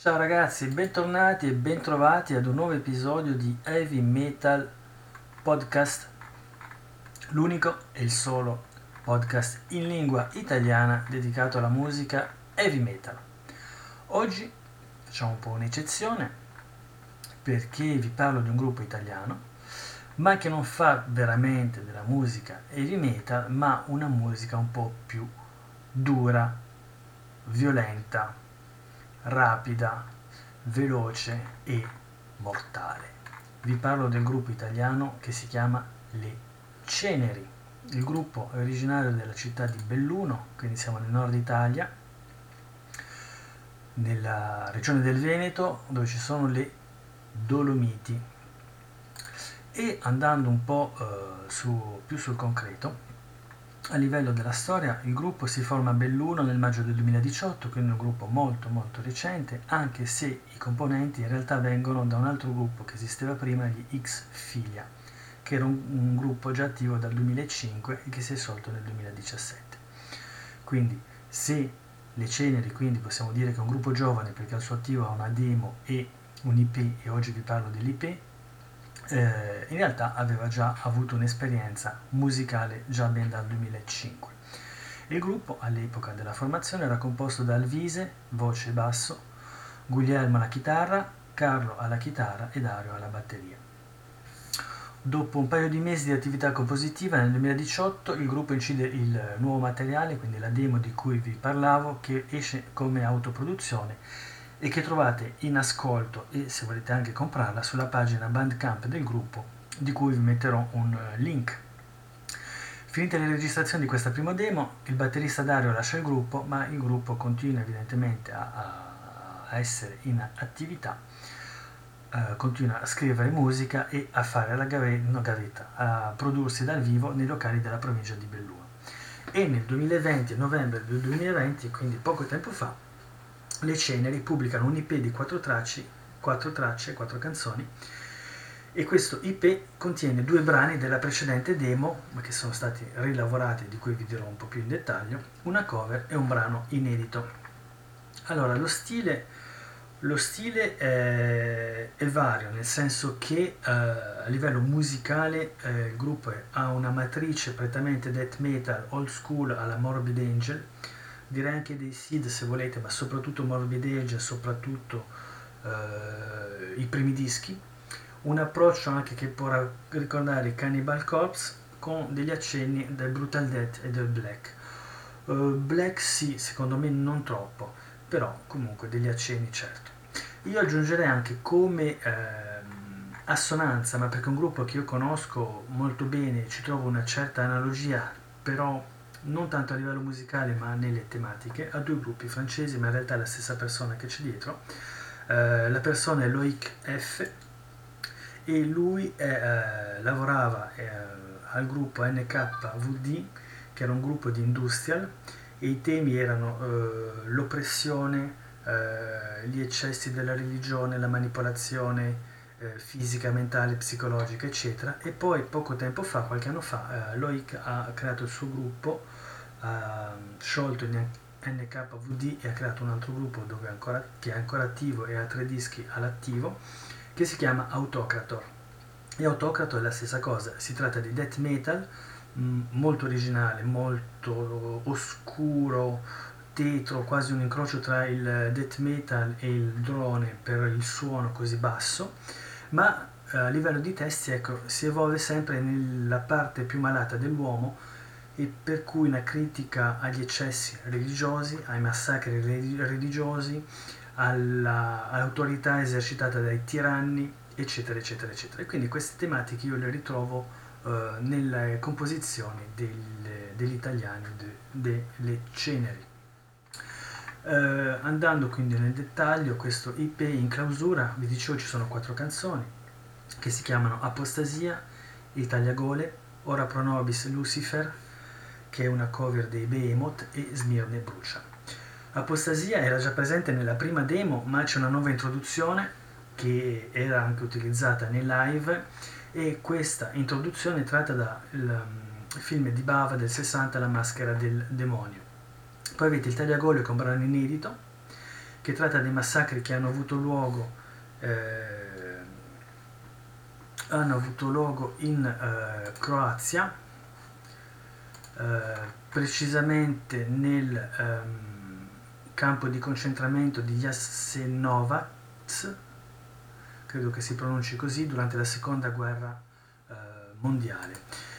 Ciao ragazzi, bentornati e bentrovati ad un nuovo episodio di Heavy Metal Podcast, l'unico e il solo podcast in lingua italiana dedicato alla musica heavy metal. Oggi facciamo un po' un'eccezione perché vi parlo di un gruppo italiano, ma che non fa veramente della musica heavy metal, ma una musica un po' più dura, violenta, rapida, veloce e mortale. Vi parlo del gruppo italiano che si chiama Le Ceneri. Il gruppo è originario della città di Belluno, quindi siamo nel nord Italia, nella regione del Veneto, dove ci sono le Dolomiti. E andando un po' più sul concreto, a livello della storia, il gruppo si forma a Belluno nel maggio del 2018, quindi un gruppo molto molto recente, anche se i componenti in realtà vengono da un altro gruppo che esisteva prima, gli X Filia, che era un gruppo già attivo dal 2005 e che si è sciolto nel 2017. Quindi se Le Ceneri, quindi possiamo dire che è un gruppo giovane perché al suo attivo ha una demo e un IP, e oggi vi parlo dell'IP, in realtà aveva già avuto un'esperienza musicale già ben dal 2005. Il gruppo all'epoca della formazione era composto da Alvise, voce e basso, Guglielmo alla chitarra, Carlo alla chitarra e Dario alla batteria. Dopo un paio di mesi di attività compositiva, nel 2018 il gruppo incide il nuovo materiale, quindi la demo di cui vi parlavo, che esce come autoproduzione e che trovate in ascolto e se volete anche comprarla sulla pagina Bandcamp del gruppo, di cui vi metterò un link. Finite le registrazioni di questa prima demo, il batterista Dario lascia il gruppo, ma il gruppo continua evidentemente a essere in attività, continua a scrivere musica e a fare la gavetta, a prodursi dal vivo nei locali della provincia di Belluno. E nel 2020, a novembre del 2020, quindi poco tempo fa, le Ceneri pubblicano un IP di 4 canzoni, e questo IP contiene 2 brani della precedente demo, ma che sono stati rilavorati, di cui vi dirò un po' più in dettaglio, una cover e un brano inedito. Allora, lo stile è vario, nel senso che a livello musicale il gruppo ha una matrice prettamente death metal old school alla Morbid Angel, direi anche dei Seed se volete, ma soprattutto Morbid Angel, soprattutto i primi dischi. Un approccio anche che può ricordare i Cannibal Corpse, con degli accenni del Brutal Death e del Black. Black sì, secondo me non troppo, però comunque degli accenni certo. Io aggiungerei anche come assonanza, ma perché è un gruppo che io conosco molto bene, ci trovo una certa analogia, però non tanto a livello musicale ma nelle tematiche, a 2 gruppi francesi, ma in realtà è la stessa persona che c'è dietro. La persona è Loïc F e lui lavorava al gruppo NKVD, che era un gruppo di industrial, e i temi erano l'oppressione, gli eccessi della religione, la manipolazione fisica, mentale, psicologica, eccetera. E poi poco tempo fa, qualche anno fa, Loic ha creato il suo gruppo, ha sciolto il NKVD e ha creato un altro gruppo che è ancora attivo e ha 3 dischi all'attivo, che si chiama Autocrator. E Autocrator è la stessa cosa, si tratta di death metal molto originale, molto oscuro, tetro, quasi un incrocio tra il death metal e il drone per il suono così basso, ma a livello di testi, ecco, si evolve sempre nella parte più malata dell'uomo, e per cui una critica agli eccessi religiosi, ai massacri religiosi, all'autorità esercitata dai tiranni, eccetera, eccetera, eccetera. E quindi queste tematiche io le ritrovo nelle composizioni degli italiani delle Ceneri. Andando quindi nel dettaglio, questo IP in clausura, vi dicevo ci sono 4 canzoni che si chiamano Apostasia, Italia Gole, Ora Pro Nobis Lucifer, che è una cover dei Behemoth, e Smirne Brucia. Apostasia era già presente nella prima demo, ma c'è una nuova introduzione che era anche utilizzata nei live, e questa introduzione è tratta dal film di Bava del 60, La maschera del demonio. Poi avete il tagliagole con brano inedito, che tratta dei massacri che eh, hanno avuto luogo in Croazia, precisamente nel campo di concentramento di Jasenovac, credo che si pronunci così, durante la seconda guerra mondiale.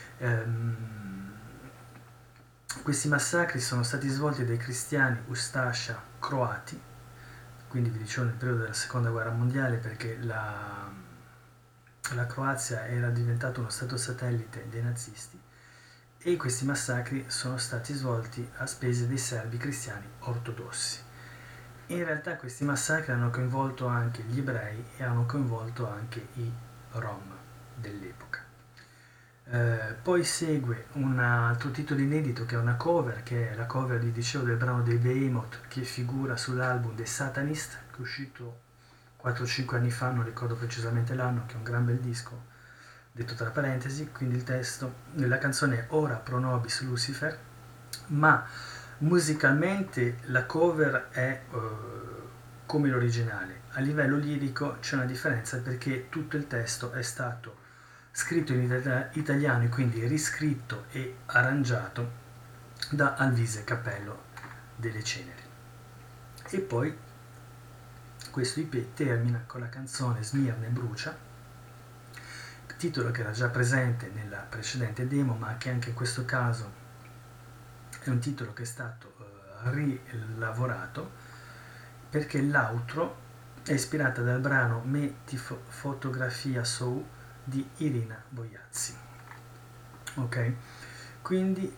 Questi massacri sono stati svolti dai cristiani ustascia croati, quindi vi dicevo nel periodo della seconda guerra mondiale, perché la Croazia era diventata uno stato satellite dei nazisti, e questi massacri sono stati svolti a spese dei serbi cristiani ortodossi. In realtà questi massacri hanno coinvolto anche gli ebrei e hanno coinvolto anche i Rom dell'epoca. Poi segue un altro titolo inedito, che è una cover, che è la cover, vi dicevo, del brano dei Behemoth, che figura sull'album The Satanist, che è uscito 4-5 anni fa, non ricordo precisamente l'anno, che è un gran bel disco, detto tra parentesi. Quindi il testo della canzone è Ora pro nobis Lucifer, ma musicalmente la cover è come l'originale. A livello lirico c'è una differenza, perché tutto il testo è stato scritto in italiano e quindi riscritto e arrangiato da Alvise Cappello delle Ceneri. E poi questo IP termina con la canzone Smirne Brucia, titolo che era già presente nella precedente demo, ma che anche in questo caso è un titolo che è stato rilavorato, perché l'outro è ispirata dal brano Metti fotografia Sou di Irina Boiazzi. Ok, quindi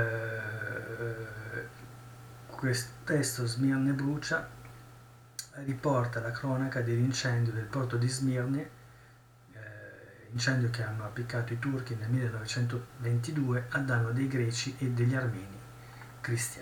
questo testo Smirne Brucia riporta la cronaca dell'incendio del porto di Smirne, incendio che hanno appiccato i turchi nel 1922 a danno dei greci e degli armeni cristiani.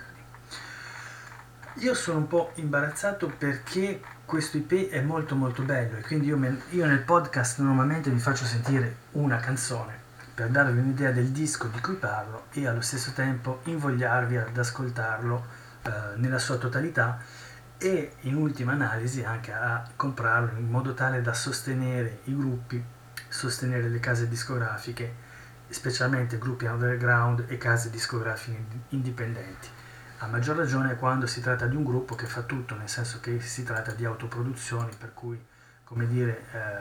Io sono un po' imbarazzato perché questo IP è molto molto bello, e quindi io nel podcast normalmente vi faccio sentire una canzone per darvi un'idea del disco di cui parlo e allo stesso tempo invogliarvi ad ascoltarlo nella sua totalità, e in ultima analisi anche a comprarlo, in modo tale da sostenere i gruppi, sostenere le case discografiche, specialmente gruppi underground e case discografiche indipendenti. A maggior ragione quando si tratta di un gruppo che fa tutto, nel senso che si tratta di autoproduzioni, per cui, come dire,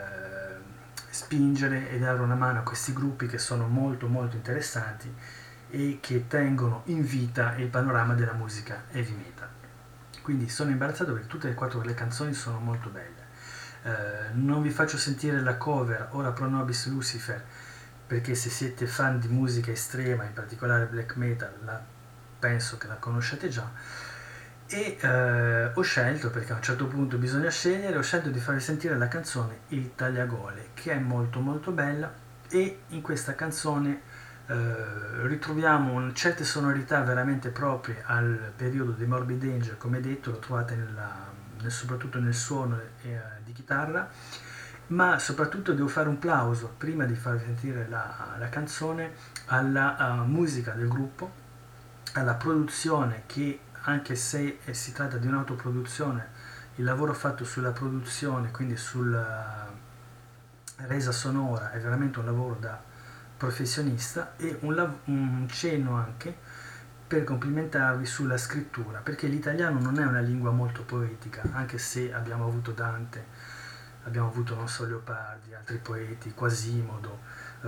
spingere e dare una mano a questi gruppi che sono molto molto interessanti e che tengono in vita il panorama della musica heavy metal. Quindi sono imbarazzato perché tutte e 4 le canzoni sono molto belle. Non vi faccio sentire la cover Ora pro nobis Lucifer, perché se siete fan di musica estrema, in particolare black metal, penso che la conosciate già. E ho scelto, perché a un certo punto bisogna scegliere, ho scelto di farvi sentire la canzone Il Tagliagole, che è molto molto bella, e in questa canzone ritroviamo certe sonorità veramente proprie al periodo dei Morbid Angel. Come detto, lo trovate soprattutto nel suono di chitarra, ma soprattutto devo fare un plauso, prima di farvi sentire la canzone, alla musica del gruppo, alla produzione, che anche se si tratta di un'autoproduzione, il lavoro fatto sulla produzione, quindi sulla resa sonora, è veramente un lavoro da professionista, e un cenno anche per complimentarvi sulla scrittura, perché l'italiano non è una lingua molto poetica, anche se abbiamo avuto Dante, abbiamo avuto non so Leopardi, altri poeti, Quasimodo,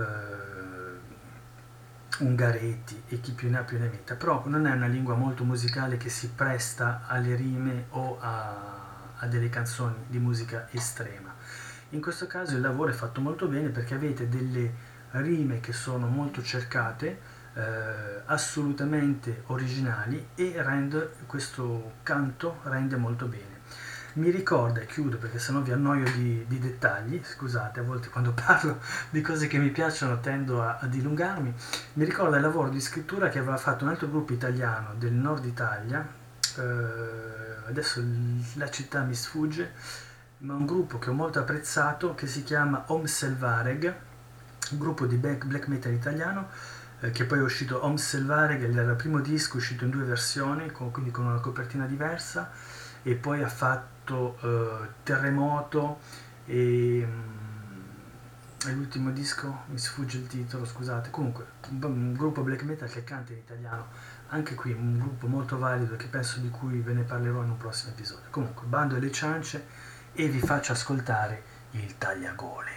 Ungaretti e chi più ne ha più ne metta, però non è una lingua molto musicale che si presta alle rime o a delle canzoni di musica estrema. In questo caso il lavoro è fatto molto bene, perché avete delle rime che sono molto cercate, assolutamente originali, e questo canto rende molto bene. Mi ricorda, e chiudo perché sennò vi annoio di dettagli, scusate, a volte quando parlo di cose che mi piacciono tendo a dilungarmi, mi ricorda il lavoro di scrittura che aveva fatto un altro gruppo italiano del nord Italia, adesso la città mi sfugge, ma un gruppo che ho molto apprezzato, che si chiama Om Selvareg, un gruppo di black metal italiano, che poi è uscito Om Selvareg, il primo disco, uscito in 2 versioni, quindi con una copertina diversa, e poi ha fatto Terremoto e l'ultimo disco mi sfugge il titolo, scusate. Comunque un gruppo black metal che canta in italiano, anche qui un gruppo molto valido che penso di cui ve ne parlerò in un prossimo episodio. Comunque bando alle ciance e vi faccio ascoltare il Tagliagole.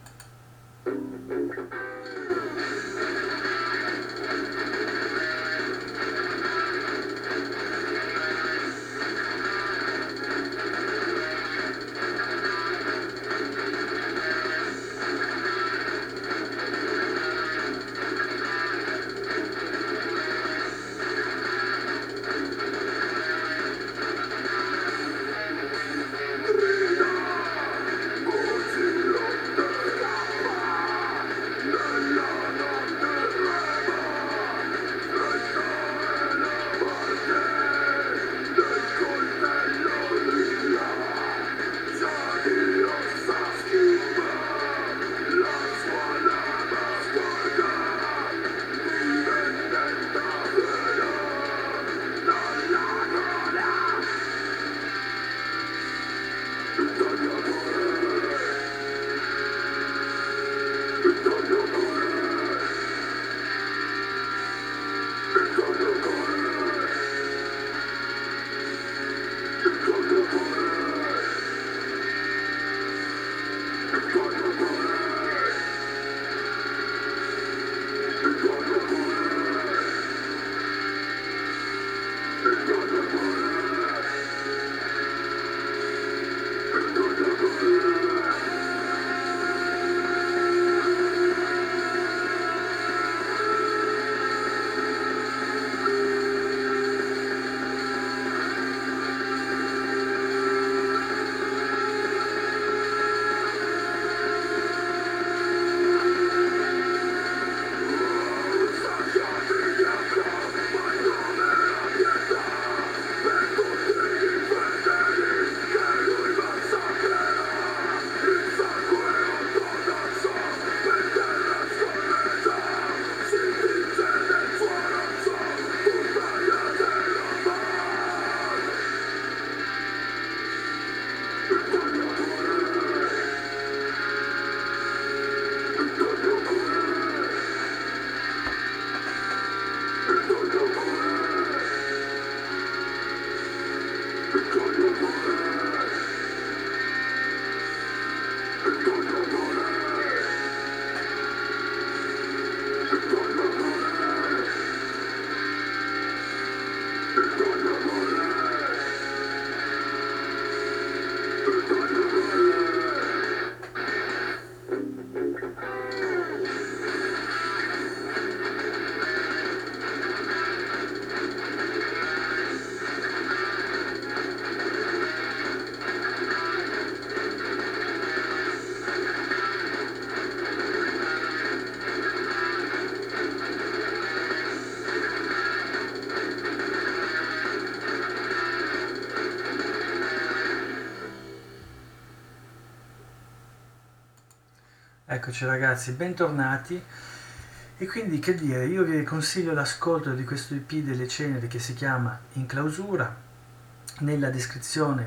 Eccoci ragazzi, bentornati. E quindi che dire, io vi consiglio l'ascolto di questo EP delle Ceneri che si chiama In Clausura. Nella descrizione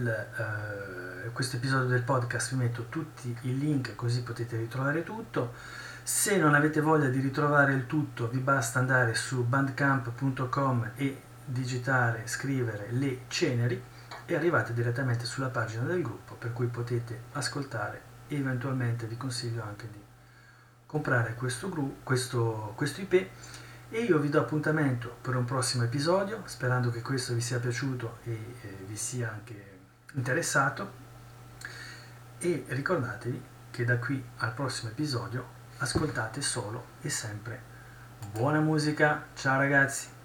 del questo episodio del podcast vi metto tutti i link così potete ritrovare tutto. Se non avete voglia di ritrovare il tutto vi basta andare su bandcamp.com e digitare, scrivere Le Ceneri e arrivate direttamente sulla pagina del gruppo, per cui potete ascoltare e eventualmente vi consiglio anche di comprare questo IP. E io vi do appuntamento per un prossimo episodio, sperando che questo vi sia piaciuto e vi sia anche interessato, e ricordatevi che da qui al prossimo episodio ascoltate solo e sempre buona musica. Ciao ragazzi!